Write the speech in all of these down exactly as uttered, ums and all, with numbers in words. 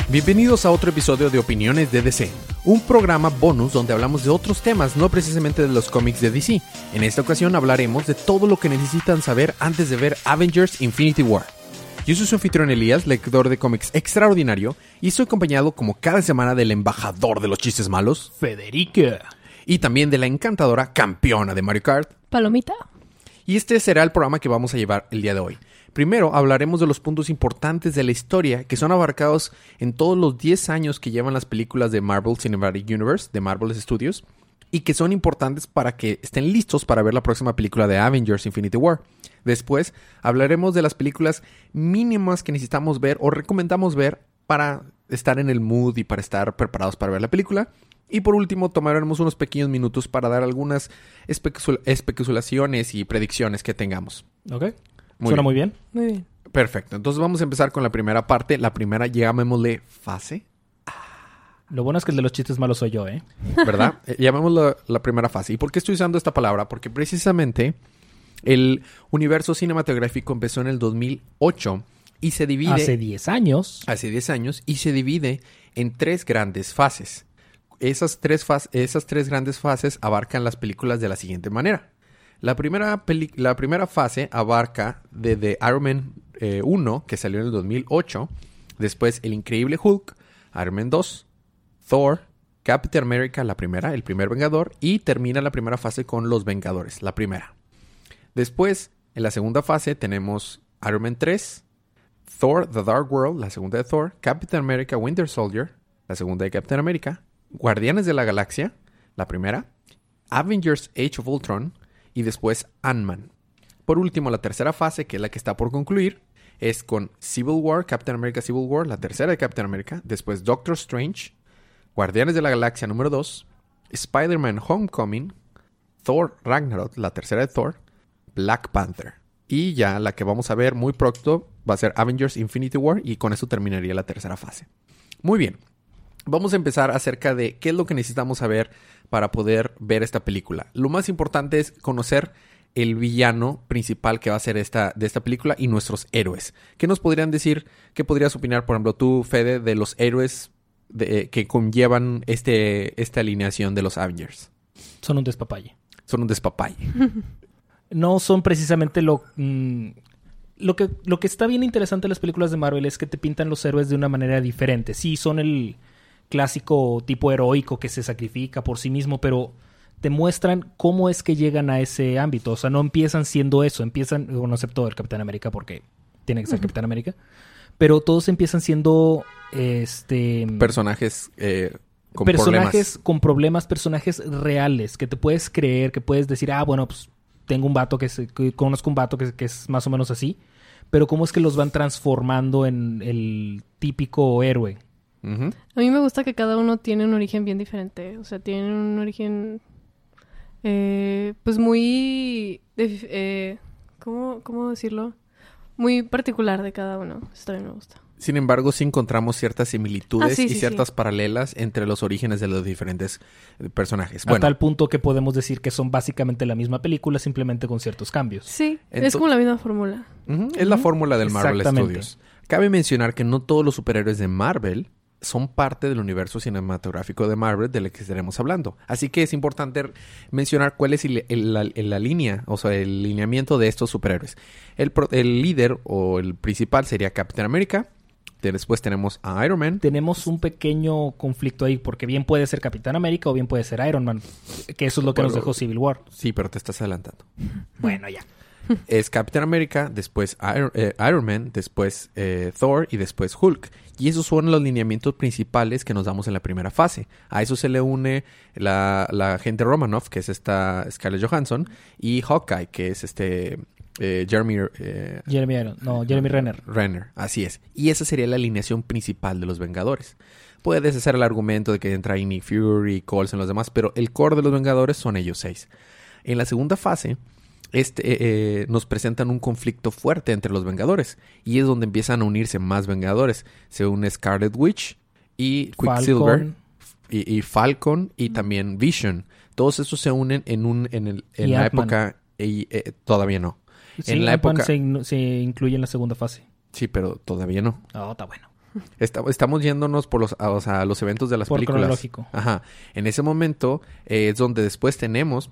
Bienvenidos a otro episodio de Opiniones de D C, un programa bonus donde hablamos de otros temas, no precisamente de los cómics de D C. En esta ocasión hablaremos de todo lo que necesitan saber antes de ver Avengers Infinity War. Yo soy su anfitrión Elías, lector de cómics extraordinario, y estoy acompañado como cada semana del embajador de los chistes malos, Federica, y también de la encantadora campeona de Mario Kart, Palomita. Y este será el programa que vamos a llevar el día de hoy. Primero hablaremos de los puntos importantes de la historia que son abarcados en todos los diez años que llevan las películas de Marvel Cinematic Universe, de Marvel Studios, y que son importantes para que estén listos para ver la próxima película de Avengers Infinity War. Después hablaremos de las películas mínimas que necesitamos ver o recomendamos ver para estar en el mood y para estar preparados para ver la película. Y por último tomaremos unos pequeños minutos para dar algunas especul- especulaciones y predicciones que tengamos. Ok. Muy Suena bien. muy bien. Muy bien. Perfecto. Entonces vamos a empezar con la primera parte. La primera, llamémosle fase, Lo bueno es que el de los chistes malos soy yo, ¿eh? ¿verdad? Eh, llamémoslo la primera fase. ¿Y por qué estoy usando esta palabra? Porque precisamente el universo cinematográfico empezó en el dos mil ocho y se divide... Hace diez años. Hace diez años y se divide en tres grandes fases. Esas tres, fas- esas tres grandes fases abarcan las películas de la siguiente manera. La primera, peli- la primera fase abarca desde Iron Man eh, uno, que salió en el dos mil ocho, después El Increíble Hulk, Iron Man dos, Thor, Captain America, la primera, el primer Vengador, y termina la primera fase con Los Vengadores, la primera. Después, en la segunda fase, tenemos Iron Man tres, Thor, The Dark World, la segunda de Thor, Captain America, Winter Soldier, la segunda de Captain America, Guardianes de la Galaxia, la primera, Avengers Age of Ultron, y después Ant-Man. Por último, la tercera fase, que es la que está por concluir, es con Civil War, Captain America Civil War, la tercera de Captain America, después Doctor Strange, Guardianes de la Galaxia número dos, Spider-Man Homecoming, Thor Ragnarok, la tercera de Thor, Black Panther. Y ya la que vamos a ver muy pronto va a ser Avengers Infinity War y con eso terminaría la tercera fase. Muy bien. Vamos a empezar acerca de qué es lo que necesitamos saber para poder ver esta película. Lo más importante es conocer el villano principal que va a ser esta, de esta película y nuestros héroes. ¿Qué nos podrían decir? ¿Qué podrías opinar, por ejemplo, tú, Fede, de los héroes de, eh, que conllevan este, esta alineación de los Avengers? Son un despapalle. Son un despapalle. No son precisamente lo... Mmm, lo que, lo que está bien interesante en las películas de Marvel es que te pintan los héroes de una manera diferente. Sí, son el clásico tipo heroico que se sacrifica por sí mismo, pero te muestran cómo es que llegan a ese ámbito. O sea, no empiezan siendo eso. Empiezan, bueno, excepto el Capitán América porque tiene que ser uh-huh. Capitán América. Pero todos empiezan siendo este personajes eh, con personajes problemas. con problemas, personajes reales que te puedes creer, que puedes decir, ah, bueno, pues tengo un vato que, se, que conozco un vato que, que es más o menos así. Pero cómo es que los van transformando en el típico héroe. Uh-huh. A mí me gusta que cada uno tiene un origen bien diferente. O sea, tienen un origen eh, pues muy eh, ¿cómo, ¿cómo decirlo? Muy particular de cada uno. Eso también me gusta. Sin embargo, sí encontramos ciertas similitudes ah, sí, y sí, ciertas sí. paralelas entre los orígenes de los diferentes personajes. A Bueno, tal punto que podemos decir que son básicamente la misma película, simplemente con ciertos cambios. Sí, Ento- es como la misma fórmula. uh-huh, es la fórmula del Marvel Exactamente. Studios. Cabe mencionar que no todos los superhéroes de Marvel son parte del universo cinematográfico de Marvel del que estaremos hablando. Así que es importante mencionar cuál es el, el, la, la línea, o sea, el lineamiento de estos superhéroes. El, pro, el líder o el principal sería Captain America. Después tenemos a Iron Man. Tenemos un pequeño conflicto ahí, porque bien puede ser Capitán América o bien puede ser Iron Man, que eso es lo que Bueno, nos dejó Civil War. Sí, pero te estás adelantando. Bueno, ya. Es Captain America, después Iron, eh, Iron Man, después eh, Thor y después Hulk. Y esos son los lineamientos principales que nos damos en la primera fase. A eso se le une la, la agente Romanoff, que es esta Scarlett Johansson, y Hawkeye, que es este eh, Jeremy... Eh, Jeremy Iron, no, Jeremy Renner. Renner, así es. Y esa sería la alineación principal de los Vengadores. Puedes hacer el argumento de que entra Nick Fury, Coulson y los demás, pero el core de los Vengadores son ellos seis. En la segunda fase... Este, eh, nos presentan un conflicto fuerte entre los Vengadores y es donde empiezan a unirse más Vengadores. Se une Scarlet Witch y Quicksilver y, y Falcon y mm. también Vision. Todos esos se unen en un en, el, en la Ant-Man. época y, eh, todavía no. Sí, en la Ant-Man época se, in- se incluye en la segunda fase. sí, pero todavía no. Oh, está bueno. Está- estamos yéndonos por los, a, o sea, a los eventos de las Por películas. cronológico. Ajá. En ese momento eh, es donde después tenemos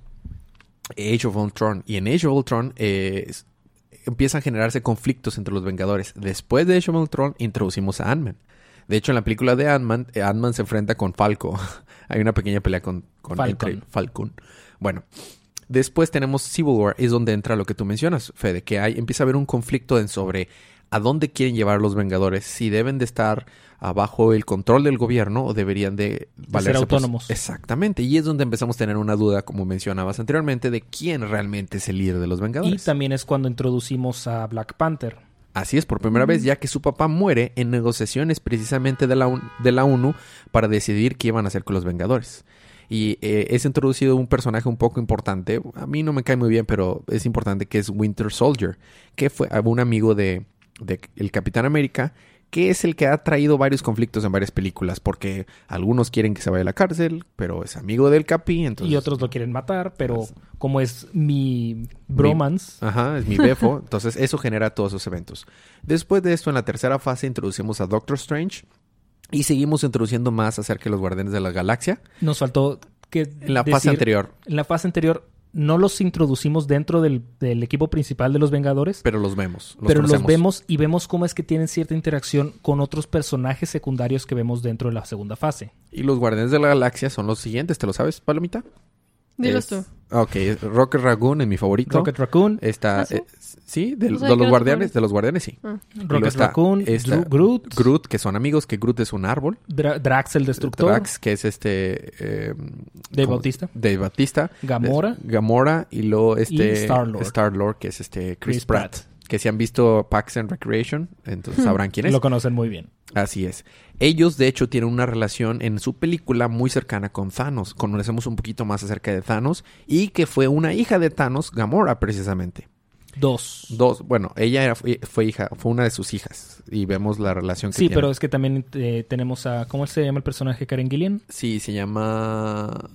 Age of Ultron. Y en Age of Ultron eh, es- empiezan a generarse conflictos entre los Vengadores. Después de Age of Ultron introducimos a Ant-Man. De hecho, en la película de Ant-Man, eh, Ant-Man se enfrenta con Falco. Hay una pequeña pelea con, con Falcon. entre Falcon. Bueno, después tenemos Civil War, es donde entra lo que tú mencionas, Fede, que hay, empieza a haber un conflicto en sobre a dónde quieren llevar los Vengadores, si deben de estar bajo el control del gobierno o deberían de valerse ser por- autónomos. Exactamente, y es donde empezamos a tener una duda, como mencionabas anteriormente, de quién realmente es el líder de los Y Vengadores. también es cuando introducimos a Black Panther. Así es, por primera vez, ya que su papá muere en negociaciones precisamente de la, un- de la ONU para decidir qué iban a hacer con los Vengadores. Y eh, es introducido un personaje un poco importante. A mí no me cae muy bien, pero es importante, que es Winter Soldier, que fue un amigo de, de el Capitán América, que es el que ha traído varios conflictos en varias películas, porque algunos quieren que se vaya a la cárcel, pero es amigo del Capi, entonces... Y otros lo quieren matar, pero como es mi bromance, Ajá, es mi befo. Entonces eso genera todos esos eventos. Después de esto, en la tercera fase, introducimos a Doctor Strange y seguimos introduciendo más acerca de los Guardianes de la Galaxia. nos faltó que En la fase decir- anterior, En la fase anterior no los introducimos dentro del, del equipo principal de los Vengadores, pero los vemos. Los pero los conocemos. vemos y vemos cómo es que tienen cierta interacción con otros personajes secundarios que vemos dentro de la segunda fase. Y los Guardianes de la Galaxia son los siguientes. ¿Te lo sabes, Palomita? Dilos Es- tú. Ok, Rocket Raccoon es mi favorito. Rocket Raccoon, Está, ¿Ah, sí? eh, sí, de, No de sabía que los era tu guardianes, favorito. de los guardianes sí. Ah. Y luego Rocket está- Raccoon, está Dru- Groot, Groot, que son amigos, que Groot es un árbol. Dra- Drax el Destructor, Drax, que es este... eh, Dave ¿cómo? Bautista, Dave Bautista. Gamora, Gamora y luego este... Y Star-Lord. Star-Lord, que es este Chris, Chris Pratt. Pratt. Que si han visto Parks and Recreation, entonces sabrán quién es. lo conocen muy bien. Así es. Ellos, de hecho, tienen una relación en su película muy cercana con Thanos. Conocemos un poquito más acerca de Thanos y que fue una hija de Thanos, Gamora, precisamente. Dos. Dos, bueno, ella era, fue, fue hija, fue una de sus hijas y vemos la relación que Sí, tienen. pero es que también eh, tenemos a... ¿Cómo se llama el personaje? Karen Gillian. Sí, se llama...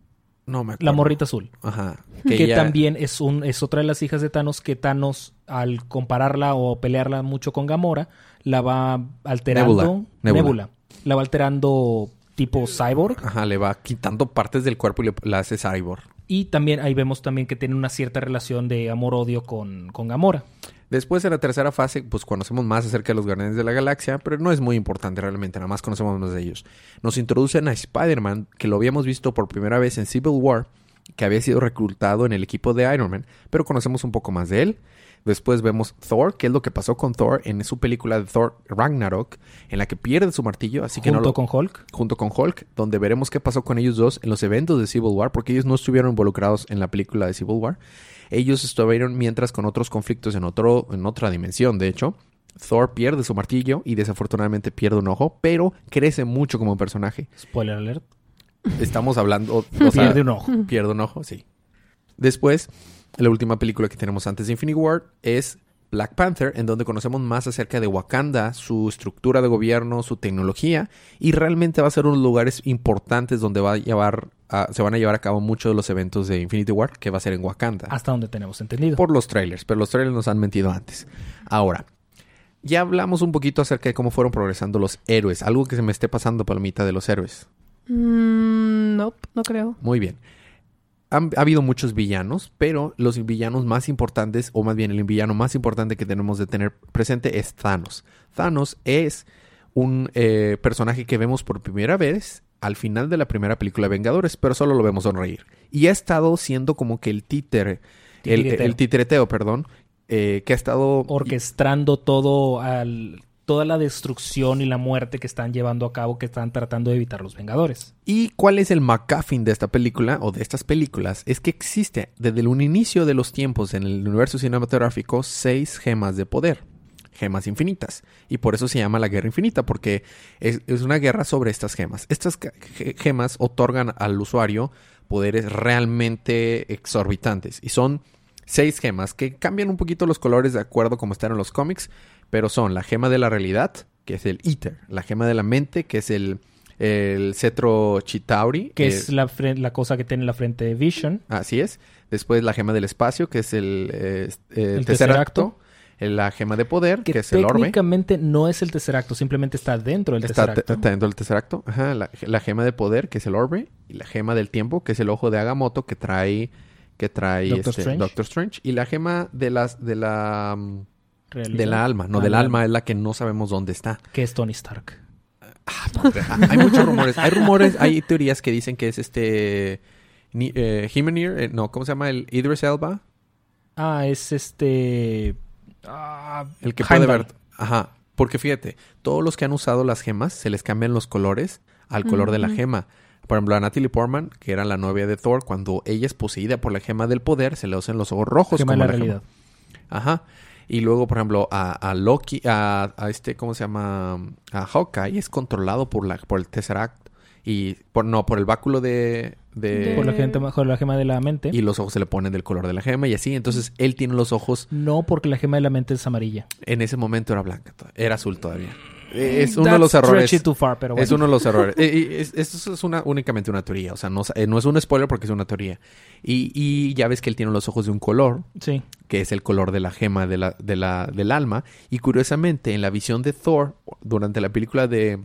No me acuerdo. La morrita azul. Ajá. Que, ella- también es un es otra de las hijas de Thanos que Thanos, al compararla o pelearla mucho con Gamora, la va alterando... Nebula. Nebula. Nebula. La va alterando tipo cyborg. Ajá, le va quitando partes del cuerpo y le, la hace cyborg. Y también ahí vemos también que tiene una cierta relación de amor-odio con, con Gamora. Después, en la tercera fase, pues conocemos más acerca de los Guardianes de la Galaxia, pero no es muy importante realmente, nada más conocemos más de ellos. Nos introducen a Spider-Man, que lo habíamos visto por primera vez en Civil War, que había sido reclutado en el equipo de Iron Man, pero conocemos un poco más de él. Después vemos Thor, que es lo que pasó con Thor en su película de Thor Ragnarok, en la que pierde su martillo, así que junto no lo... con Hulk. junto con Hulk, donde veremos qué pasó con ellos dos en los eventos de Civil War, porque ellos no estuvieron involucrados en la película de Civil War. Ellos estuvieron mientras con otros conflictos en, otro, en otra dimensión, de hecho. Thor pierde su martillo y desafortunadamente pierde un ojo, pero crece mucho como personaje. Spoiler alert. Estamos hablando... o sea, Pierde un ojo. Pierde un ojo, sí. Después, la última película que tenemos antes de Infinity War es Black Panther, en donde conocemos más acerca de Wakanda, su estructura de gobierno, su tecnología, y realmente va a ser unos lugares importantes donde va a llevar a- se van a llevar a cabo muchos de los eventos de Infinity War, que va a ser en Wakanda. Hasta donde tenemos entendido. Por los trailers, pero los trailers nos han mentido antes. Ahora, ya hablamos un poquito acerca de cómo fueron progresando los héroes. Algo que se me esté pasando, Palomita, de los héroes. Mm, nope, no creo. Muy bien. Han, ha habido muchos villanos, pero los villanos más importantes, o más bien el villano más importante que tenemos de tener presente es Thanos. Thanos es un eh, personaje que vemos por primera vez al final de la primera película de Vengadores, pero solo lo vemos sonreír. Y ha estado siendo como que el títere, el, Titiriteo. el titireteo, perdón, eh, que ha estado... Orquestando todo al... toda la destrucción y la muerte que están llevando a cabo, que están tratando de evitar los Vengadores. ¿Y cuál es el MacGuffin de esta película o de estas películas? Es que existe desde el inicio de los tiempos en el universo cinematográfico seis gemas de poder, gemas infinitas. Y por eso se llama la Guerra Infinita, porque es, es una guerra sobre estas gemas. Estas ge- gemas otorgan al usuario poderes realmente exorbitantes. Y son seis gemas que cambian un poquito los colores de acuerdo a como están en los cómics, pero son la gema de la realidad, que es el Ether, la gema de la mente, que es el, el cetro Chitauri, Que eh, es la, fre- la cosa que tiene en la frente de Vision. así es. Después la gema del espacio, que es el, eh, eh, El tercer tercer acto. acto. La gema de poder, que, Que es el orbe. técnicamente no es el Tesseracto, simplemente está dentro del Está, Tesseracto. está dentro del Tesseracto. Ajá, la, la gema de poder, que es el orbe. Y la gema del tiempo, que es el ojo de Agamotto, que trae... Que trae Doctor este, Strange. Doctor Strange. Y la gema de las... De la... um, Realidad. de la alma. No, Ah, del la- alma es la que no sabemos dónde está. Que es Tony Stark. Ah, hay muchos rumores. Hay rumores, hay teorías que dicen que es este... Ni, eh, Hymir, eh, no, ¿cómo se llama? El Idris Elba. Ah, es este... Ah, El que Heimdall. puede ver... Ajá. Porque fíjate, todos los que han usado las gemas se les cambian los colores al color de la Ujú. gema. Por ejemplo, a Natalie Portman, que era la novia de Thor, cuando ella es poseída por la gema del poder, se le hacen los ojos rojos Gema de como la la realidad. gema. Ajá. Y luego, por ejemplo, a, a Loki, a, a este, ¿cómo se llama? A Hawkeye es controlado por la por el Tesseract. Y por no, por el báculo de... de- De- Por la, gente, por la gema de la mente. Y los ojos se le ponen del color de la gema y así. Entonces, él tiene los ojos... No, porque la gema de la mente es amarilla. En ese momento era blanca. to- Era azul todavía. Es uno de los That's errores. stretchy too far, pero bueno. Es uno de los errores. Eh, y es- Esto es una, únicamente una teoría. O sea, no, eh, no es un spoiler porque es una teoría. Y, y ya ves que él tiene los ojos de un color, Sí. que es el color de la gema de la, de la, del alma. Y curiosamente, en la visión de Thor, durante la película de,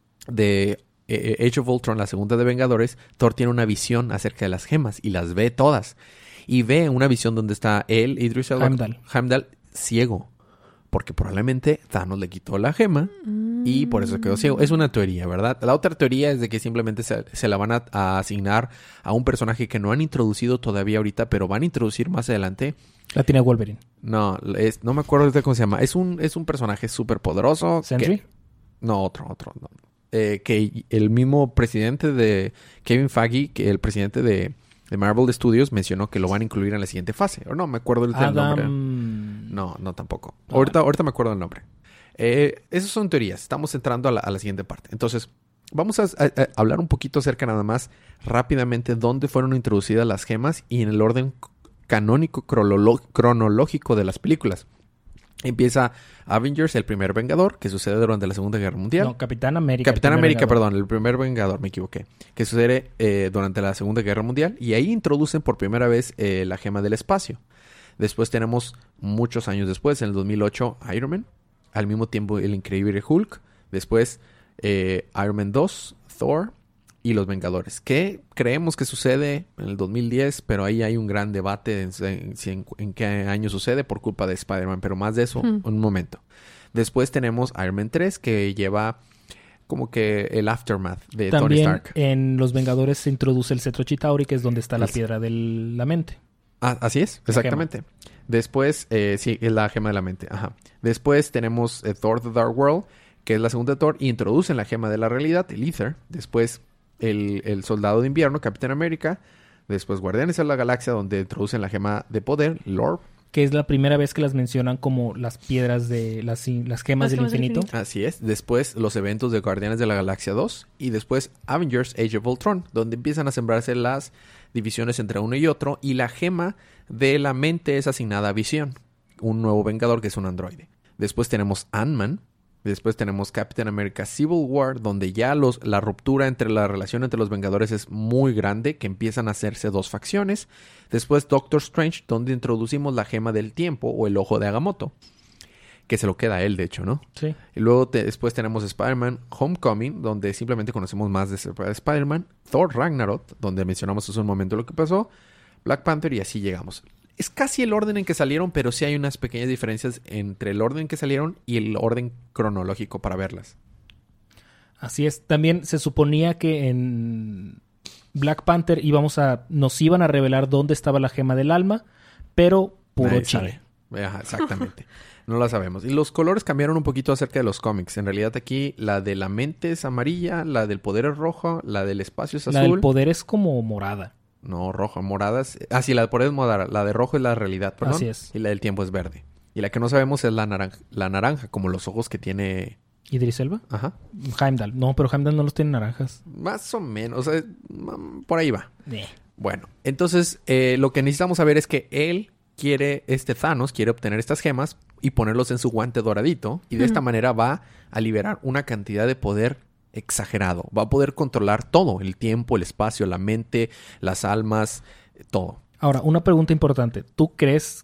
de eh, Age of Ultron, la segunda de Vengadores, Thor tiene una visión acerca de las gemas y las ve todas. Y ve una visión donde está él, Idris Elba, Heimdall. Heimdall, ciego. Porque probablemente Thanos le quitó la gema y por eso quedó ciego. Es una teoría, ¿verdad? La otra teoría es de que simplemente se, se la van a, a asignar a un personaje que no han introducido todavía ahorita, pero van a introducir más adelante. La tiene Wolverine. No, es, no me acuerdo ahorita cómo se llama. Es un, es un personaje súper poderoso. ¿Sentry? No, otro, otro. No. Eh, que el mismo presidente de Kevin Feige, que el presidente de, de Marvel Studios, mencionó que lo van a incluir en la siguiente fase. O no, me acuerdo ahorita el nombre. Adam... No, no tampoco. Ah. Ahorita, ahorita me acuerdo el nombre. Eh, esas son teorías. Estamos entrando a la, a la siguiente parte. Entonces, vamos a, a- a hablar un poquito acerca nada más rápidamente dónde fueron introducidas las gemas y en el orden c- canónico cronolo- cronológico de las películas. Empieza Avengers, el primer Vengador, que sucede durante la Segunda Guerra Mundial. No, Capitán América. Capitán el primer América, Vengador. perdón, el primer Vengador, me equivoqué. Que sucede eh, durante la Segunda Guerra Mundial. Y ahí introducen por primera vez eh, la gema del espacio. Después tenemos, muchos años después, en el dos mil ocho, Iron Man. Al mismo tiempo, el increíble Hulk. Después, eh, Iron Man dos, Thor y los Vengadores. Que creemos que sucede en el dos mil diez, pero ahí hay un gran debate en, en- si en- en qué año sucede por culpa de Spider-Man. Pero más de eso Hmm. en un momento. Después tenemos Iron Man tres, que lleva como que el aftermath de Tony También Stark. en Los Vengadores se introduce el cetro Chitauri, que es donde está la El- piedra de la mente. Ah, así es, La exactamente. Después, eh, sí, es la gema de la mente. Ajá. Después tenemos eh, Thor The Dark World, que es la segunda de Thor, y introducen la gema de la realidad, el Ether. Después, el, el Soldado de Invierno, Capitán América. Después, Guardianes de la Galaxia, donde introducen la gema de poder, Lord. Que es la primera vez que las mencionan como las piedras de... Las, las gemas Las del gemas del infinito. infinito. Así es. Después, los eventos de Guardianes de la Galaxia dos. Y después, Avengers Age of Ultron, donde empiezan a sembrarse las divisiones entre uno y otro. Y la gema de la mente es asignada a Visión, un nuevo Vengador que es un androide. Después tenemos Ant-Man. Después tenemos Captain America Civil War, donde ya los, la ruptura entre la relación entre los Vengadores es muy grande, que empiezan a hacerse dos facciones. Después Doctor Strange, donde introducimos la gema del tiempo o el ojo de Agamotto, que se lo queda a él, de hecho, ¿no? Sí. Y luego te- después tenemos Spider-Man Homecoming, donde simplemente conocemos más de Sp- Spider-Man. Thor Ragnarok, donde mencionamos hace un momento lo que pasó. Black Panther y así llegamos. Es casi el orden en que salieron, pero sí hay unas pequeñas diferencias entre el orden en que salieron y el orden cronológico para verlas. Así es. También se suponía que en Black Panther íbamos a... Nos iban a revelar dónde estaba la gema del alma, pero puro Nadie chile. sabe. Ajá, exactamente. No la sabemos. Y los colores cambiaron un poquito acerca de los cómics. En realidad aquí la de la mente es amarilla, la del poder es roja, la del espacio es azul. La del poder es como morada. No, roja, moradas. Ah, sí, la de poder es morada. La de rojo es la realidad, perdón. Así es. Y la del tiempo es verde. Y la que no sabemos es la naranja, la naranja, como los ojos que tiene. ¿Idris Elba? Ajá. Heimdall. No, pero Heimdall no los tiene naranjas. Más o menos. O sea, mm, por ahí va. Eh. Bueno, entonces eh, lo que necesitamos saber es que él quiere, este Thanos quiere obtener estas gemas y ponerlos en su guante doradito. Y de Ujú. esta manera va a liberar una cantidad de poder exagerado. Va a poder controlar todo: el tiempo, el espacio, la mente, las almas, todo. Ahora, una pregunta importante. ¿Tú crees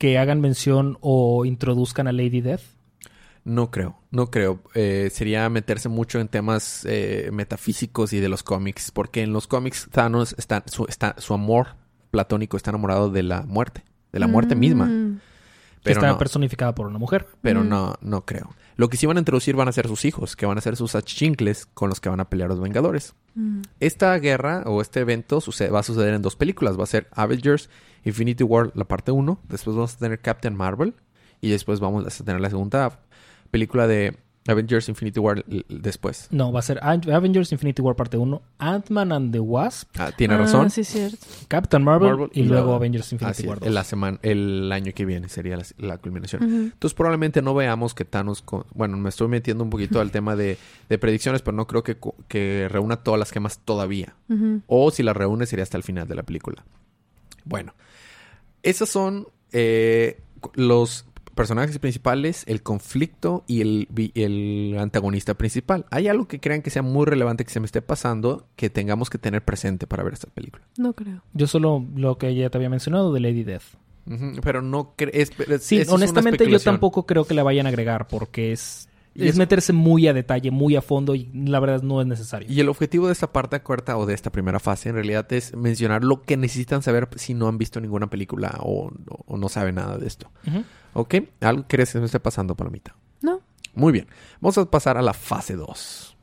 que hagan mención o introduzcan a Lady Death? No creo, no creo. Eh, sería meterse mucho en temas eh, metafísicos y de los cómics, porque en los cómics Thanos está su, está, su amor platónico está enamorado de la muerte, de la muerte Mm. misma. Que Pero está no, personificada por una mujer. pero Mm. no, no creo. Lo que sí van a introducir van a ser sus hijos, que van a ser sus achichincles con los que van a pelear los Vengadores. Mm. Esta guerra o este evento sucede, va a suceder en dos películas. Va a ser Avengers Infinity War, la parte uno. Después vamos a tener Captain Marvel. Y después vamos a tener la segunda película de Avengers Infinity War l- después. No, va a ser An- Avengers Infinity War parte uno, Ant-Man and the Wasp, Ah, tiene Ah, razón. sí, cierto. Captain Marvel, Marvel y y luego luego- Avengers Infinity Así War es, dos. en la semana, el año que viene sería la, la culminación. Ujú. Entonces probablemente no veamos que Thanos... con- bueno, me estoy metiendo un poquito al tema de, de predicciones, pero no creo que, co- que reúna todas las gemas todavía. Ujú. O si las reúne sería hasta el final de la película. Bueno, esos son eh, los personajes principales, el conflicto y el, vi- el antagonista principal. ¿Hay algo que crean que sea muy relevante que se me esté pasando que tengamos que tener presente para ver esta película? No creo. Yo solo lo que ya te había mencionado de Lady Death. Ujú, pero no crees... Sí, honestamente yo tampoco creo que la vayan a agregar porque es, Y es eso- meterse muy a detalle, muy a fondo y la verdad no es necesario. Y el objetivo de esta parte corta o de esta primera fase en realidad es mencionar lo que necesitan saber si no han visto ninguna película o, o no saben nada de esto. Ujú. ¿Ok? ¿Algo que se me esté pasando, Palomita? No. Muy bien. Vamos a pasar a la fase dos.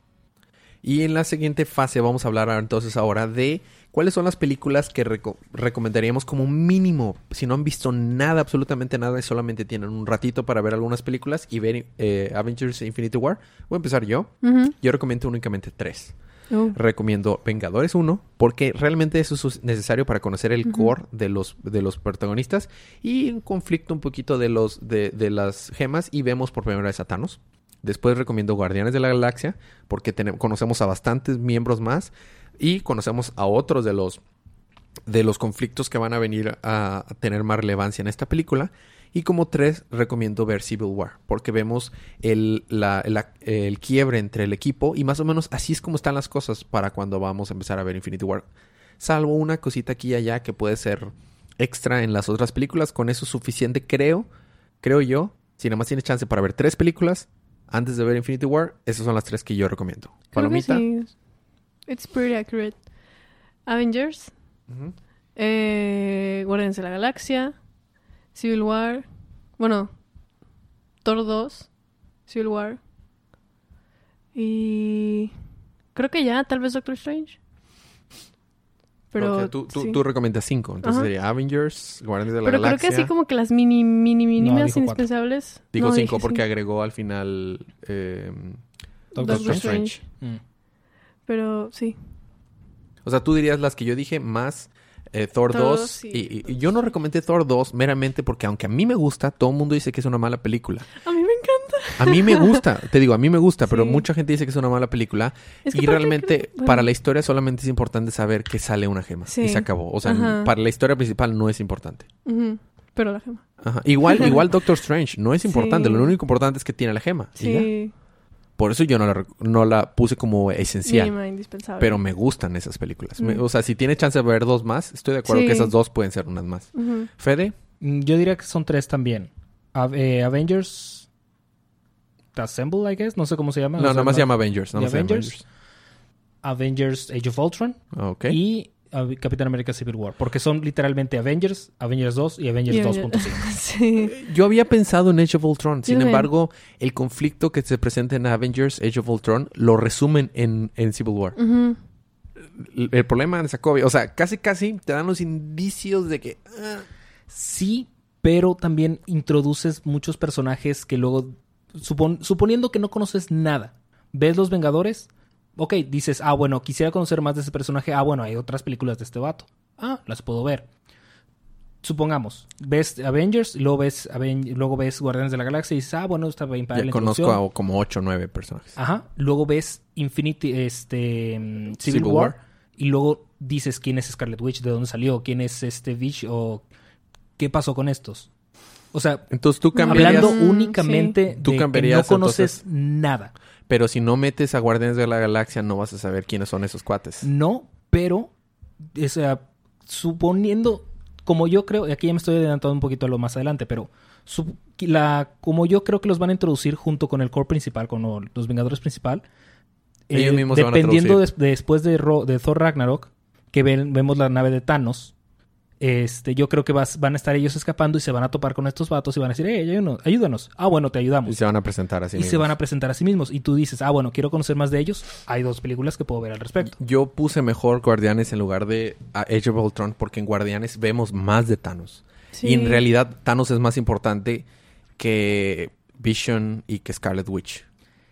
Y en la siguiente fase vamos a hablar entonces ahora de cuáles son las películas que reco- recomendaríamos como mínimo. Si no han visto nada, absolutamente nada, y solamente tienen un ratito para ver algunas películas y ver eh, Avengers Infinity War. Voy a empezar yo. Ujú. Yo recomiendo únicamente tres. Oh. Recomiendo Vengadores uno, porque realmente eso es necesario para conocer el Ujú. core de los, de los protagonistas y un conflicto un poquito de, los, de, de las gemas y vemos por primera vez a Thanos. Después recomiendo Guardianes de la Galaxia, porque tenemos, conocemos a bastantes miembros más y conocemos a otros de los, de los conflictos que van a venir a, a tener más relevancia en esta película. Y como tres, recomiendo ver Civil War, porque vemos el, la, la- el quiebre entre el equipo y más o menos así es como están las cosas para cuando vamos a empezar a ver Infinity War. Salvo una cosita aquí y allá que puede ser extra en las otras películas, con eso es suficiente, creo, creo yo. Si nada más tienes chance para ver tres películas antes de ver Infinity War, esas son las tres que yo recomiendo. Creo que Palomita. sí. It's pretty accurate. Avengers, Ujú. eh, Guardianes de la Galaxia, Civil War, bueno, Thor dos, Civil War y creo que ya, tal vez Doctor Strange. Pero Ok, tú, tú, sí. tú recomiendas cinco, entonces Ajá. sería Avengers, Guardianes de la Pero creo Galaxia. que así como que las mini, mini, mínimas No, dijo cuatro. indispensables. Digo No, cinco dije porque cinco. agregó al final eh, Doctor Doctor Strange. Strange. Mm. Pero sí. O sea, tú dirías las que yo dije más eh, Thor Thor dos. dos, sí. Y, y yo no recomendé Thor dos meramente porque aunque a mí me gusta, todo el mundo dice que es una mala película. A mí me encanta. A mí me gusta, te digo, a mí me gusta, pero Sí. mucha gente dice que es una mala película. Es que Y aparte realmente creo- bueno. para la historia solamente es importante saber que sale una gema. Sí. Y se acabó. O sea, Ajá. para la historia principal no es importante. Ujú. Pero la gema. Ajá. Igual, igual Doctor Strange, no es importante. Sí. Lo único importante es que tiene la gema. Y ya. Sí. Por eso yo no la, rec- no la puse como esencial. Mínima, indispensable. Pero me gustan esas películas. Me- Mm. o sea, si tiene chance de ver dos más, estoy de acuerdo Sí. que esas dos pueden ser unas más. Ujú. Fede, Mm, Yo diría que son tres también. Av- eh, Avengers Assemble, I guess. No sé cómo se llama. no, O sea, nada más se llama Avengers. Nada ¿Y más se llama Avengers? Avengers Age of Ultron Avengers. Ok. y Av- Capitán América Civil War. Porque son literalmente Avengers, Avengers dos y Avengers Y dos Avengers- punto cinco. Sí. Yo había pensado en Age of Ultron. Sin Yo también. embargo, el conflicto que se presenta en Avengers Age of Ultron lo resumen en, en Civil War. Ujú. El, el problema de Sokovia, o sea, casi casi te dan los indicios de que... ah, Sí, pero también introduces muchos personajes que luego, supon- suponiendo que no conoces nada, ves Los Vengadores, ok, dices, ah, bueno, quisiera conocer más de ese personaje, ah, bueno, hay otras películas de este vato, ah, las puedo ver. Supongamos, ves Avengers, y luego ves, Aven- luego ves Guardianes de la Galaxia y dices, ah, bueno, está bien para ya la conozco introducción. a como ocho o nueve personajes. Ajá, luego ves Infinity, este, mm, Civil, Civil War, War. y luego dices quién es Scarlet Witch, de dónde salió, quién es este Witch o qué pasó con estos. O sea, Entonces tú cambiarías... hablando Mm, únicamente Tú de que cambiarías, no conoces entonces- nada. Pero si no metes a Guardianes de la Galaxia, no vas a saber quiénes son esos cuates. No, pero, o sea, suponiendo, como yo creo, y aquí ya me estoy adelantando un poquito a lo más adelante, pero su, la, como yo creo que los van a introducir junto con el core principal, con lo- los Vengadores principal, Ellos eh, mismos se van a dependiendo traducir. des- después de, Ro- de Thor Ragnarok, que ven- vemos la nave de Thanos, este, yo creo que vas- van a estar ellos escapando y se van a topar con estos vatos y van a decir, hey, ayúdanos, ayúdanos. Ah, bueno, te ayudamos. Y se van a presentar así y se van a presentar a sí mismos. Y tú dices, ah, bueno, quiero conocer más de ellos. Hay dos películas que puedo ver al respecto. Yo puse mejor Guardianes en lugar de a Age of Ultron porque en Guardianes vemos más de Thanos. Sí. Y en realidad Thanos es más importante que Vision y que Scarlet Witch.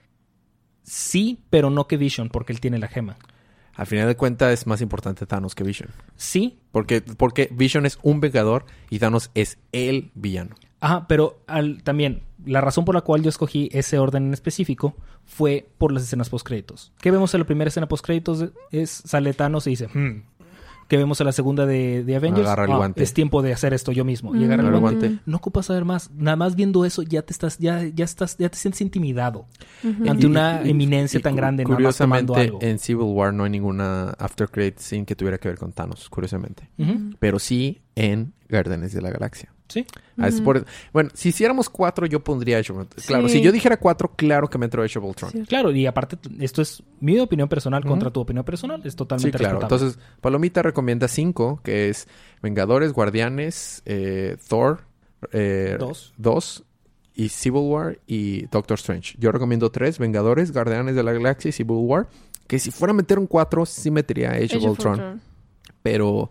Sí, pero no que Vision, porque él tiene la gema. Al final de cuentas es más importante Thanos que Vision. Sí, Porque, porque Vision es un vengador y Thanos es el villano. ajá, pero al, también la razón por la cual yo escogí ese orden en específico fue por las escenas postcréditos. ¿Qué vemos en la primera escena postcréditos? Es sale Thanos y dice, hmm. ¿Qué vemos en la segunda de, de Avengers? Agarra el Ah, guante. es tiempo de hacer esto yo mismo. Y Mm. agarra el Agarra el guante. guante. No ocupas saber más. Nada más viendo eso ya te estás, ya, ya estás, ya te sientes intimidado Ujú. ante una eminencia y tan cu- grande, nada más tomando Curiosamente, algo. en Civil War no hay ninguna after credit scene que tuviera que ver con Thanos, curiosamente. Ujú. Pero sí en Guardianes de la Galaxia. Sí. Ah, es Ujú. por- Bueno, si hiciéramos cuatro, yo pondría Age of Ultron. Claro, Sí. si yo dijera cuatro, claro que me entro Age of Ultron. Sí. Claro, y aparte, esto es mi opinión personal Ujú. contra tu opinión personal. Es Sí, totalmente claro. respetable. Entonces, Palomita recomienda cinco, que es Vengadores, Guardianes, eh, Thor, eh, Dos. dos, y Civil War y Doctor Strange. Yo recomiendo tres, Vengadores, Guardianes de la Galaxia y Civil War. Que si fuera a meter un cuatro, sí metería Age, Age of of Ultron. Ultron. Pero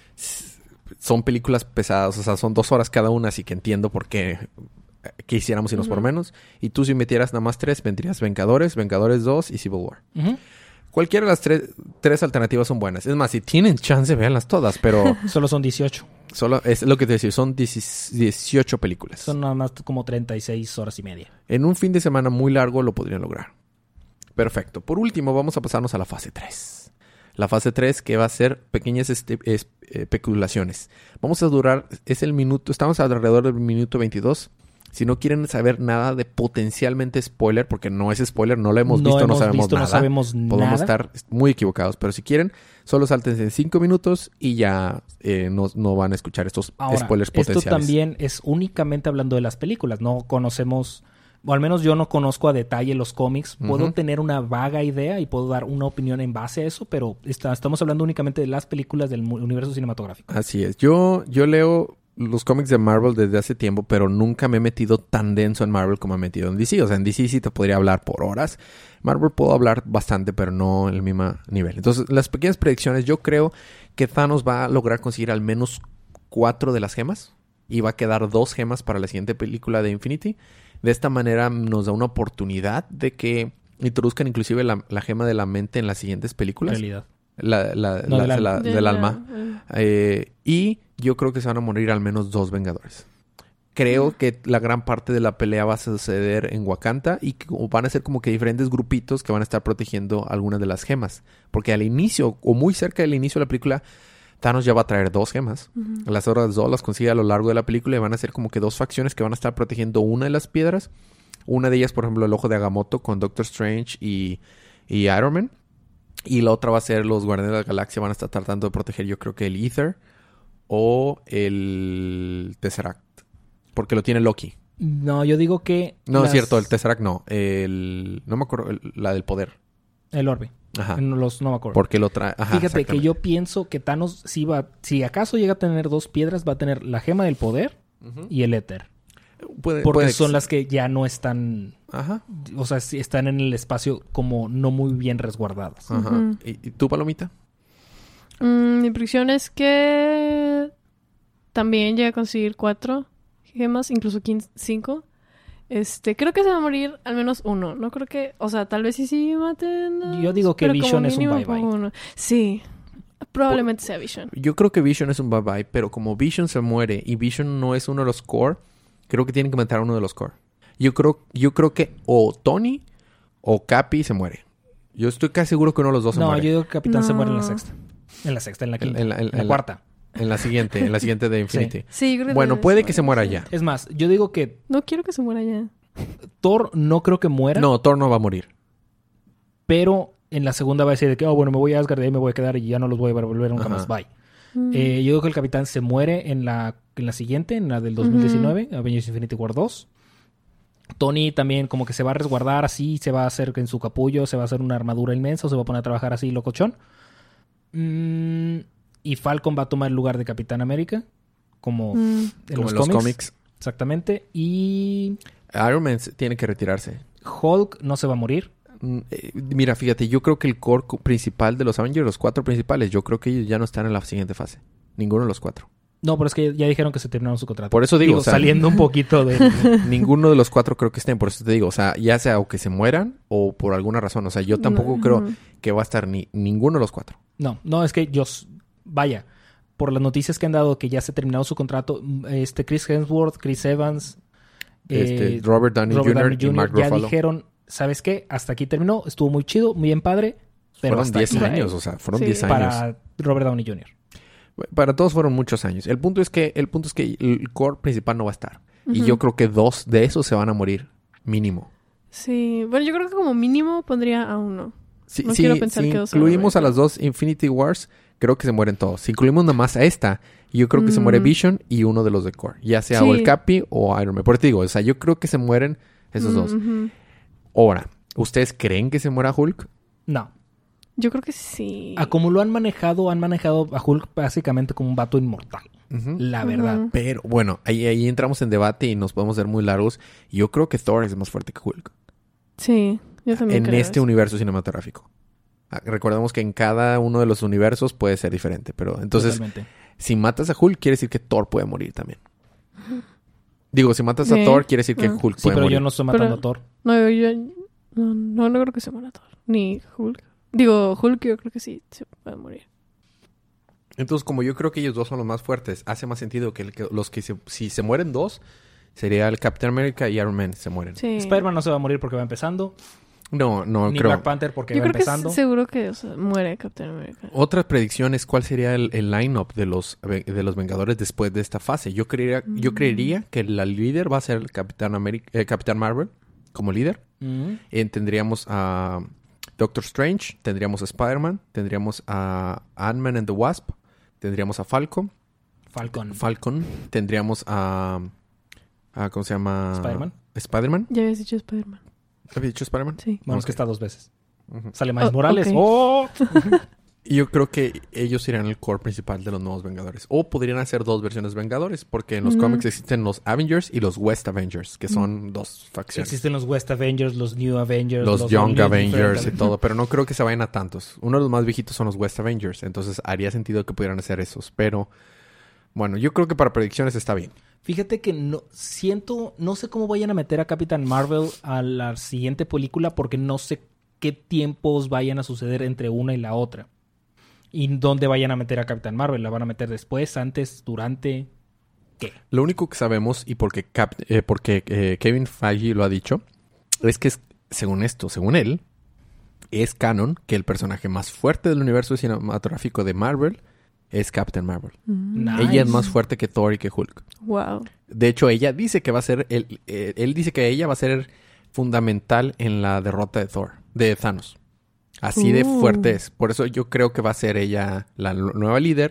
s- son películas pesadas, o sea, son dos horas cada una, así que entiendo por qué eh, quisiéramos irnos por Ujú. menos. Y tú si metieras nada más tres, vendrías Vengadores, Vengadores dos y Civil War. Ujú. Cualquiera de las tres, tres alternativas son buenas. Es más, si tienen chance, véanlas todas, pero Solo son dieciocho. solo es lo que te decía, son dieciocho películas. Son nada más como treinta y seis horas y media. En un fin de semana muy largo lo podrían lograr. Perfecto. Por último, vamos a pasarnos a la fase tres. La fase tres que va a ser pequeñas este, es- eh, especulaciones. Vamos a durar, es el minuto, estamos alrededor del minuto veintidós. Si no quieren saber nada de potencialmente spoiler, porque no es spoiler, no lo hemos No visto, no hemos sabemos visto, no nada. sabemos Podemos nada. estar muy equivocados, pero si quieren, solo sáltense en cinco minutos y ya eh, no, no van a escuchar estos Ahora, spoilers esto potenciales. también es únicamente hablando de las películas. No conocemos, o al menos yo no conozco a detalle los cómics. Puedo Ujú. tener una vaga idea y puedo dar una opinión en base a eso, pero está- estamos hablando únicamente de las películas del mu- universo cinematográfico. Así es. Yo, yo leo los cómics de Marvel desde hace tiempo, pero nunca me he metido tan denso en Marvel como me he metido en D C. O sea, en D C sí te podría hablar por horas. Marvel puedo hablar bastante, pero no en el mismo nivel. Entonces, las pequeñas predicciones, yo creo que Thanos va a lograr conseguir al menos cuatro de las gemas. Y va a quedar dos gemas para la siguiente película de Infinity. De esta manera nos da una oportunidad de que introduzcan inclusive la, la gema de la mente en las siguientes En películas. realidad. La, la- No, la- del de alma. la- De del la- alma. Eh, y yo creo que se van a morir al menos dos Vengadores. Creo que la gran parte de la pelea va a suceder en Wakanda y que van a ser como que diferentes grupitos que van a estar protegiendo algunas de las gemas. Porque al inicio, o muy cerca del inicio de la película, Thanos ya va a traer dos gemas. Ujú. Las otras dos las consigue a lo largo de la película y van a ser como que dos facciones que van a estar protegiendo una de las piedras. Una de ellas, por ejemplo, el ojo de Agamotto con Doctor Strange y, y Iron Man. Y la otra va a ser los Guardianes de la Galaxia. Van a estar tratando de proteger, yo creo que el Ether o el Tesseract. Porque lo tiene Loki. No, yo digo que... No, es las- cierto, el Tesseract no. El... No me acuerdo, el- la del poder. El orbe. Ajá. No, los, no me acuerdo. Porque lo trae... Ajá, Fíjate que exactamente. yo pienso que Thanos, si, va, si acaso llega a tener dos piedras, va a tener la gema del poder Ujú. y el éter. Puede- Porque puede- son las que ya no están... Ajá. O sea, sí están en el espacio como no muy bien resguardadas. Ajá. Ujú. ¿Y, y tú, Palomita? Mm, mi predicción es que también llega a conseguir cuatro gemas, incluso quince, cinco. Este, creo que se va a morir al menos uno. No creo que, o sea, tal vez sí sí maten. a- Yo digo que pero como Vision es un mínimo bye-bye. pongo uno. Sí, probablemente sea Vision. Yo creo que Vision es un bye-bye, pero como Vision se muere y Vision no es uno de los core, creo que tienen que matar a uno de los core. Yo creo, yo creo que o Tony o Cappy se muere. Yo estoy casi seguro que uno de los dos se No, muere. yo digo que Capitán se No. muere en la sexta. En la sexta, en la En- quinta. en la- en- en la en la- cuarta. En la siguiente, en la siguiente de Infinity. Sí, yo creo Bueno, que puede que se muera ya. Es más, yo digo que No quiero que se muera ya. Thor no creo que muera, No, Thor no va a morir. pero en la segunda va a decir de que, oh, bueno, me voy a Asgard y ahí me voy a quedar y ya no los voy a volver nunca Ajá. más. Bye. Mm. Eh, yo digo que el Capitán se muere en la, en la siguiente, en la del dos mil diecinueve, uh-huh. Avengers Infinity War dos. Tony también como que se va a resguardar así, se va a hacer en su capullo, se va a hacer una armadura inmensa, o se va a poner a trabajar así locochón. Mm, y Falcon va a tomar el lugar de Capitán América, como, Mm. en, Como los en los cómics. cómics. Exactamente. Y Iron Man tiene que retirarse. Hulk no se va a morir. Mm, eh, Mira, fíjate, yo creo que el core cu- principal de los Avengers, los cuatro principales, yo creo que ellos ya no están en la siguiente fase. Ninguno de los cuatro. No, pero es que ya dijeron que se terminaron su contrato. Por eso digo, o sea, saliendo un poquito de... ninguno de los cuatro creo que estén. Por eso te digo, o sea, ya sea o que se mueran o por alguna razón. O sea, yo tampoco No. creo que va a estar ni ninguno de los cuatro. No, no, es que yo... s- Vaya, por las noticias que han dado que ya se ha terminado su contrato, mm, este Chris Hemsworth, Chris Evans, Este, eh, Robert Downey Robert junior Downey y Mark ya Ruffalo. dijeron, ¿sabes qué? Hasta aquí terminó, estuvo muy chido, muy bien padre, pero Fueron hasta diez aquí. años, o sea, fueron Sí. diez años. Para Robert Downey junior Para todos fueron muchos años. El punto es que el punto es que el core principal no va a estar. Y Ujú. yo creo que dos de esos se van a morir mínimo. Sí, bueno, yo creo que como mínimo pondría a uno. Si, No si- quiero pensar si que dos se van a incluimos a morir. las dos Infinity Wars, creo que se mueren todos. Si incluimos nada más a esta, yo creo que se muere Mm. Vision y uno de los de core. Ya sea Sí. o el Capi o Iron Man. Por eso te digo, o sea, yo creo que se mueren esos dos. Ujú. Ahora, ¿ustedes creen que se muera Hulk? No. Yo creo que sí. A como lo han manejado, han manejado a Hulk básicamente como un vato inmortal. Ujú. La Ujú. verdad. Pero bueno, ahí, ahí entramos en debate y nos podemos ver muy largos. Yo creo que Thor es más fuerte que Hulk. Sí, yo también En creo este eso. universo cinematográfico. Ah, recordemos que en cada uno de los universos puede ser diferente. Pero entonces, Totalmente. si matas a Hulk, quiere decir que Thor puede morir también. Digo, si matas a Sí. Thor, quiere decir que Ah. Hulk Sí, puede pero morir. yo no estoy matando Pero- a Thor. No, yo... No, no, no creo que se muera Thor. Ni Hulk. Digo, Hulk yo creo que sí se puede morir. Entonces, como yo creo que ellos dos son los más fuertes, hace más sentido que, el que- los que se- si se mueren dos, sería el Captain America y Iron Man se mueren. Sí. Spider-Man no se va a morir porque va empezando. No, no Ni creo. Black Panther porque Yo va creo que empezando. es seguro que o sea, muere Captain America. Otra predicción es cuál sería el, el line-up de los, de los Vengadores después de esta fase. Yo creería, yo Mm. creería que la líder va a ser el Capitán, Ameri- eh, Capitán Marvel como líder. Mm. Eh, tendríamos a Doctor Strange, tendríamos a Spider-Man, tendríamos a Ant-Man and the Wasp, tendríamos a Falcon, Falcon. Falcon, tendríamos a, a ¿cómo se llama? Spider-Man. Spider-Man. Ya habías dicho Spider-man. ¿Había dicho Spider-Man? Sí. Bueno, es Ok. que está dos veces. Ujú. Sale Miles Oh, Morales. ok. ¡Oh! Y yo creo que ellos serían el core principal de los nuevos Vengadores. O podrían hacer dos versiones de Vengadores, porque en los Ujú. cómics existen los Avengers y los West Avengers, que son dos facciones. Existen los West Avengers, los New Avengers, Los, Young Only Avengers y Different- todo, pero no creo que se vayan a tantos. Uno de los más viejitos son los West Avengers, entonces haría sentido que pudieran hacer esos, pero bueno, yo creo que para predicciones está bien. Fíjate que no siento, no sé cómo vayan a meter a Capitán Marvel a la siguiente película porque no sé qué tiempos vayan a suceder entre una y la otra. Y dónde vayan a meter a Capitán Marvel. ¿La van a meter después, antes, durante? ¿Qué? Lo único que sabemos, y porque, Cap- eh, porque eh, Kevin Feige lo ha dicho, es que es- según esto, según él, es canon que el personaje más fuerte del universo cinematográfico de Marvel es Captain Marvel. Mm. Nice. Ella es más fuerte que Thor y que Hulk. Wow. De hecho, ella dice que va a ser... El, eh, él dice que ella va a ser fundamental en la derrota de Thor, de Thanos. Así de Uh. fuerte es. Por eso yo creo que va a ser ella la n- nueva líder.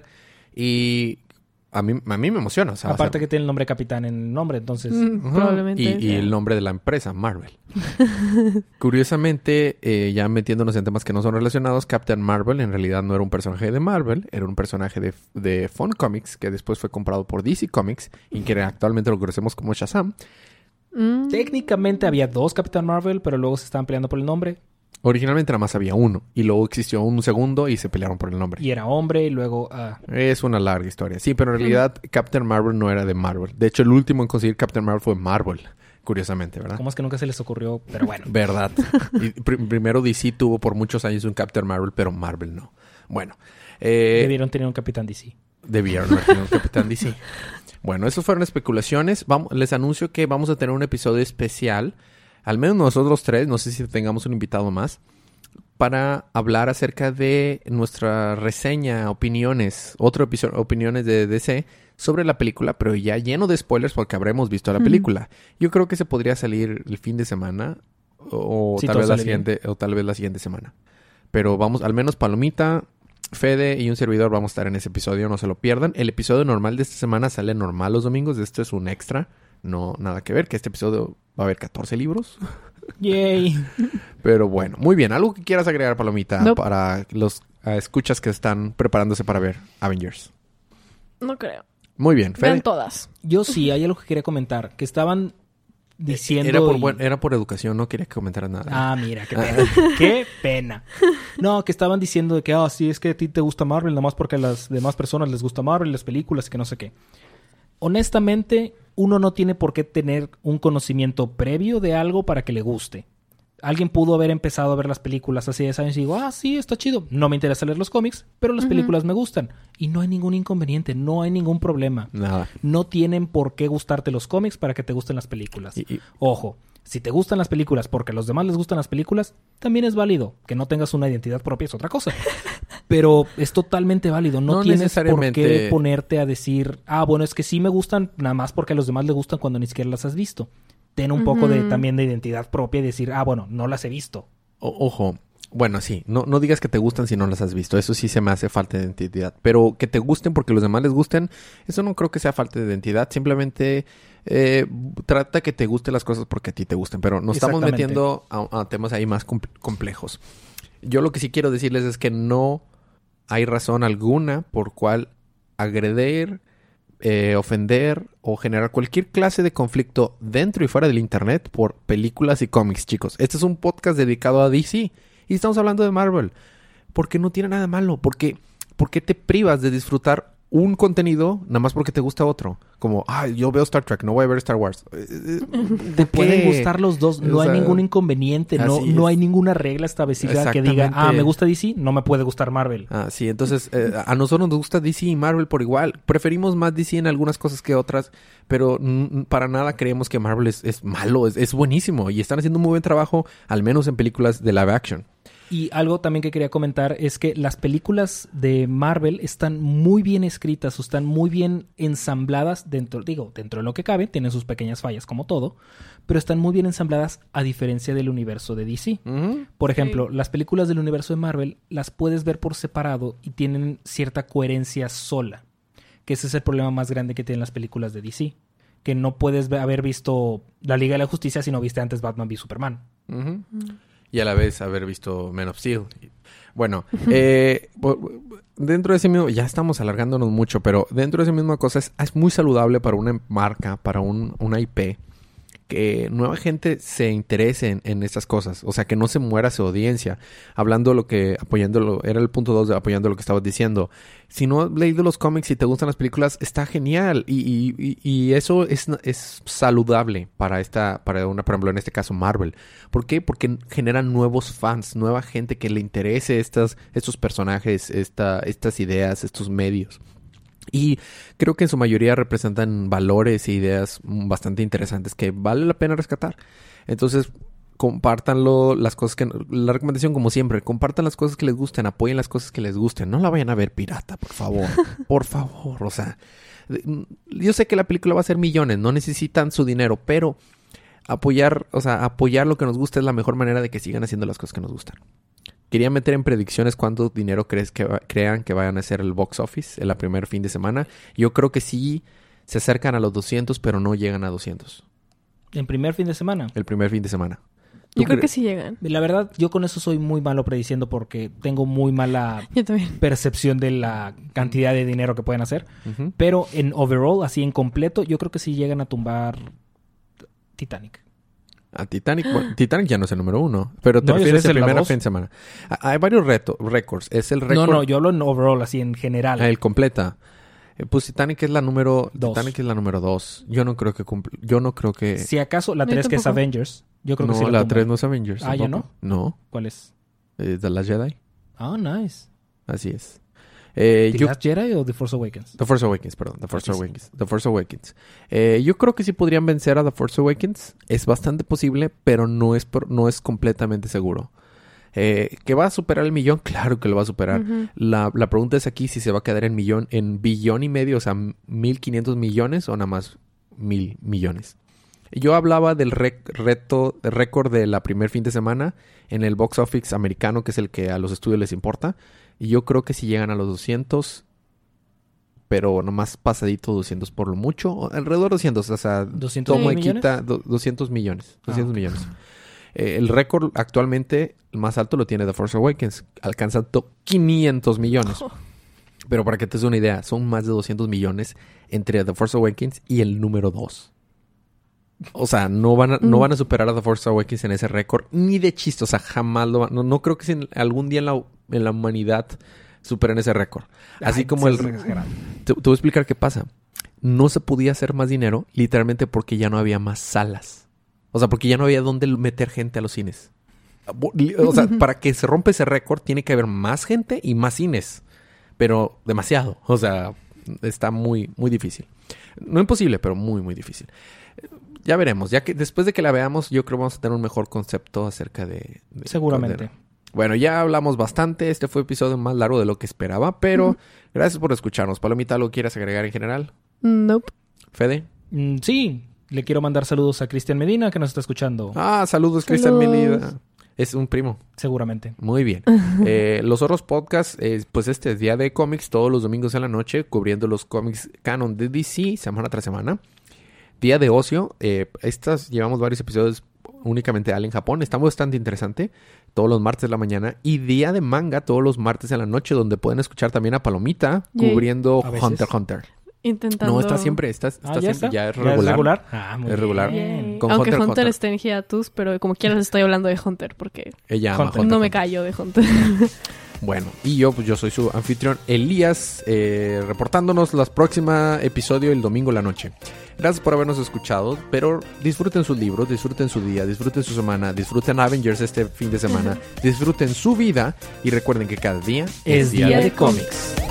Y a mí, a mí me emociona. O sea, va a Aparte ser- que tiene el nombre Capitán en el nombre, entonces... Mm, Ujú. Probablemente. Y, y sea. el nombre de la empresa, Marvel. Curiosamente, eh, ya metiéndonos en temas que no son relacionados, Captain Marvel en realidad no era un personaje de Marvel, era un personaje de, de Fun Comics que después fue comprado por D C Comics y que actualmente lo conocemos como Shazam. Mm. Técnicamente había dos Capitán Marvel, pero luego se estaban peleando por el nombre. Originalmente nada más había uno y luego existió un segundo y se pelearon por el nombre. Y era hombre y luego... ah, Es una larga historia. Sí, pero en realidad Captain Marvel no era de Marvel. De hecho, el último en conseguir Captain Marvel fue Marvel. Curiosamente, ¿verdad? ¿Cómo es que nunca se les ocurrió? Pero bueno. Verdad. Y pr- primero D C tuvo por muchos años un Captain Marvel, pero Marvel no. Bueno. Eh, Debieron tener un Capitán D C. debieron haber tenido un Capitán D C. Bueno, esas fueron especulaciones. Vamos, les anuncio que vamos a tener un episodio especial. Al menos nosotros tres, no sé si tengamos un invitado más, para hablar acerca de nuestra reseña, opiniones, otro episodio, opiniones de D C sobre la película, pero ya lleno de spoilers porque habremos visto la Ujú. película. Yo creo que se podría salir el fin de semana o, Sí, tal todo vez la sale bien. siguiente o tal vez la siguiente semana. Pero vamos, al menos palomita, Fede y un servidor vamos a estar en ese episodio, no se lo pierdan. El episodio normal de esta semana sale normal los domingos. Esto es un extra, no nada que ver, que este episodio va a haber catorce libros. Yay. Pero bueno, muy bien. ¿Algo que quieras agregar, Palomita, Nope. para los uh, escuchas que están preparándose para ver Avengers? No creo. Muy bien, Fede. Vean todas. Yo sí, hay algo que quería comentar. Que estaban diciendo... Era por, y- buen- era por educación, no quería que comentaras nada. Ah, mira, qué pena. Qué pena. No, que estaban diciendo de que, ah, sí, es que a ti te gusta Marvel, nada más porque a las demás personas les gusta Marvel, las películas y que no sé qué. Honestamente, uno no tiene por qué tener un conocimiento previo de algo para que le guste. Alguien pudo haber empezado a ver las películas hace diez años y digo, ah, sí, está chido. No me interesa leer los cómics, pero las Ujú. películas me gustan. Y no hay ningún inconveniente, no hay ningún problema. Nada. No tienen por qué gustarte los cómics para que te gusten las películas. Y- y- Ojo, si te gustan las películas porque a los demás les gustan las películas, también es válido. Que no tengas una identidad propia es otra cosa. Pero es totalmente válido. No, No tienes necesariamente- por qué ponerte a decir, ah, bueno, es que sí me gustan nada más porque a los demás les gustan cuando ni siquiera las has visto. Ten un poco de Ujú. también de identidad propia y decir, ah, bueno, no las he visto. O- ojo, bueno, sí, no, no digas que te gustan si no las has visto. Eso sí se me hace falta de identidad. Pero que te gusten porque los demás les gusten, eso no creo que sea falta de identidad. Simplemente eh, trata que te gusten las cosas porque a ti te gusten. Pero nos estamos Exactamente. metiendo a, a temas ahí más com- complejos. Yo lo que sí quiero decirles es que no hay razón alguna por cual agredir, eh, ofender o generar cualquier clase de conflicto dentro y fuera del internet por películas y cómics, chicos. Este es un podcast dedicado a D C y estamos hablando de Marvel. Porque no tiene nada de malo. Porque, ¿por qué te privas de disfrutar un contenido nada más porque te gusta otro? Como, ah, yo veo Star Trek, no voy a ver Star Wars. Te pueden gustar los dos, no O hay sea, ningún inconveniente, no, así no es. hay ninguna regla establecida que diga, Exactamente. ah, me gusta D C, no me puede gustar Marvel. Ah, sí, entonces eh, a nosotros nos gusta D C y Marvel por igual. Preferimos más D C en algunas cosas que otras, pero mm, para nada creemos que Marvel es, es malo, es, es buenísimo y están haciendo un muy buen trabajo, al menos en películas de live action. Y algo también que quería comentar es que las películas de Marvel están muy bien escritas o están muy bien ensambladas dentro, digo, dentro de lo que cabe, tienen sus pequeñas fallas como todo, pero están muy bien ensambladas a diferencia del universo de D C. Ujú. Por Sí. ejemplo, las películas del universo de Marvel las puedes ver por separado y tienen cierta coherencia sola, que ese es el problema más grande que tienen las películas de D C, que no puedes ve- haber visto la Liga de la Justicia si no viste antes Batman v Superman. Ujú. Y a la vez haber visto Man of Steel. Bueno, eh, bo- dentro de ese mismo... Ya estamos alargándonos mucho, pero dentro de esa misma cosa es, es muy saludable para una marca, para un, una I P, que nueva gente se interese en, en estas cosas. O sea, que no se muera su audiencia. Hablando lo que... Apoyándolo... Era el punto dos de apoyando lo que estabas diciendo. Si no has leído los cómics y te gustan las películas, está genial. Y, y, y- y eso es, es saludable para esta... Para una, por ejemplo, en este caso, Marvel. ¿Por qué? Porque generan nuevos fans. Nueva gente que le interese estas, estos personajes, esta, estas ideas, estos medios. Y creo que en su mayoría representan valores e ideas mm, bastante interesantes que vale la pena rescatar. Entonces, compártanlo, las cosas que... La recomendación, como siempre, compartan las cosas que les gusten, apoyen las cosas que les gusten. No la vayan a ver pirata, por favor. Por favor, o sea... de- Yo sé que la película va a ser millones, no necesitan su dinero, pero apoyar, o sea, apoyar lo que nos gusta es la mejor manera de que sigan haciendo las cosas que nos gustan. Quería meter en predicciones cuánto dinero crees que va- crean que vayan a hacer el box office en la primer fin de semana. Yo creo que sí se acercan a los doscientos, pero no llegan a doscientos. En primer fin de semana. El primer fin de semana. ¿Tú Yo creo cre- que sí llegan. La verdad, yo con eso soy muy malo prediciendo porque tengo muy mala Yo también. percepción de la cantidad de dinero que pueden hacer. Ujú. Pero en overall, así en completo, yo creo que sí llegan a tumbar Titanic. A Titanic, bueno, Titanic ya no es el número uno, pero te No, yo refieres sé, al es la primer dos. fin de semana. A- Hay varios retos, récords. Es el récord. No, no, yo hablo en overall, así en general. El completa. Eh, Pues Titanic es la número... Dos. Titanic es la número dos. Yo no creo que cumple... Yo no creo que... Si acaso, la Yo tres que es tampoco. Avengers. Yo creo no, que sí la, la tumba. tres no es Avengers. Ah, ¿ya tampoco. No. ¿Cuál es? Eh, The Last Jedi. Ah, nice. Así es. Eh, ¿The yo- Last Jedi o The Force Awakens? The Force Awakens, perdón. The Force Aquí sí. Awakens. The Force Awakens. Eh, yo creo que sí podrían vencer a The Force Awakens. Es bastante posible, pero no es, por- no es completamente seguro. Eh, ¿Que va a superar el millón? Claro que lo va a superar. Ujú. La, la pregunta es aquí si se va a quedar en millón, en billón y medio, o sea, mil quinientos millones o nada más mil millones. Yo hablaba del rec- reto, récord de la primer fin de semana en el box office americano, que es el que a los estudios les importa. Y yo creo que si llegan a los doscientos, pero nomás pasadito doscientos por lo mucho, alrededor de doscientos, o sea, ¿doscientos toma y millones? quita do- doscientos millones. doscientos Ah, ok. millones. Eh, el récord actualmente, el más alto lo tiene The Force Awakens, alcanzando quinientos millones. Oh. Pero para que te des una idea, son más de doscientos millones entre The Force Awakens y el número dos. O sea, no van a, no Mm. van a superar a The Force Awakens en ese récord, ni de chiste. O sea, jamás lo van. No, no creo que si en- algún día en la, en la humanidad superen ese récord. Así Ay, como el... seas exagerado. Te, te voy a explicar qué pasa. No se podía hacer más dinero, literalmente porque ya no había más salas. O sea, porque ya no había dónde meter gente a los cines. O sea, para que se rompa ese récord, tiene que haber más gente y más cines. Pero demasiado. O sea, está muy, muy difícil. No imposible, pero muy, muy difícil. Ya veremos. Ya que después de que la veamos, yo creo que vamos a tener un mejor concepto acerca de... de Seguramente. Cordero. Bueno, ya hablamos bastante. Este fue un episodio más largo de lo que esperaba, pero Ujú. gracias por escucharnos. Palomita, ¿algo quieres agregar en general? Nope. Fede. Mm, sí, le quiero mandar saludos a Cristian Medina, que nos está escuchando. Ah, saludos, Cristian Saludos. Melida. Es un primo. Seguramente. Muy bien. Eh, los Zorros Podcast, eh, pues este es día de cómics, todos los domingos en la noche, cubriendo los cómics canon de D C, semana tras semana. Día de ocio, eh, estas llevamos varios episodios únicamente al en Japón, está bastante interesante, todos los martes de la mañana. Y día de manga, todos los martes en la noche, donde pueden escuchar también a Palomita, Yay. cubriendo A veces. Hunter x Hunter. Intentando... No, está siempre, está, está Ah, ¿ya siempre, está? ya es regular. Ah, muy Es regular. bien. Yay. Con Aunque Hunter Hunter, x Hunter. está en hiatus, pero como quieras estoy hablando de Hunter porque Ella ama Hunter. Hunter no x me Hunter. callo de Hunter. Bueno, y yo, pues yo soy su anfitrión Elías, eh, reportándonos los próximos episodios el domingo en la noche. Gracias por habernos escuchado, pero disfruten sus libros, disfruten su día, disfruten su semana, disfruten Avengers este fin de semana, disfruten su vida y recuerden que cada día Es día de cómics.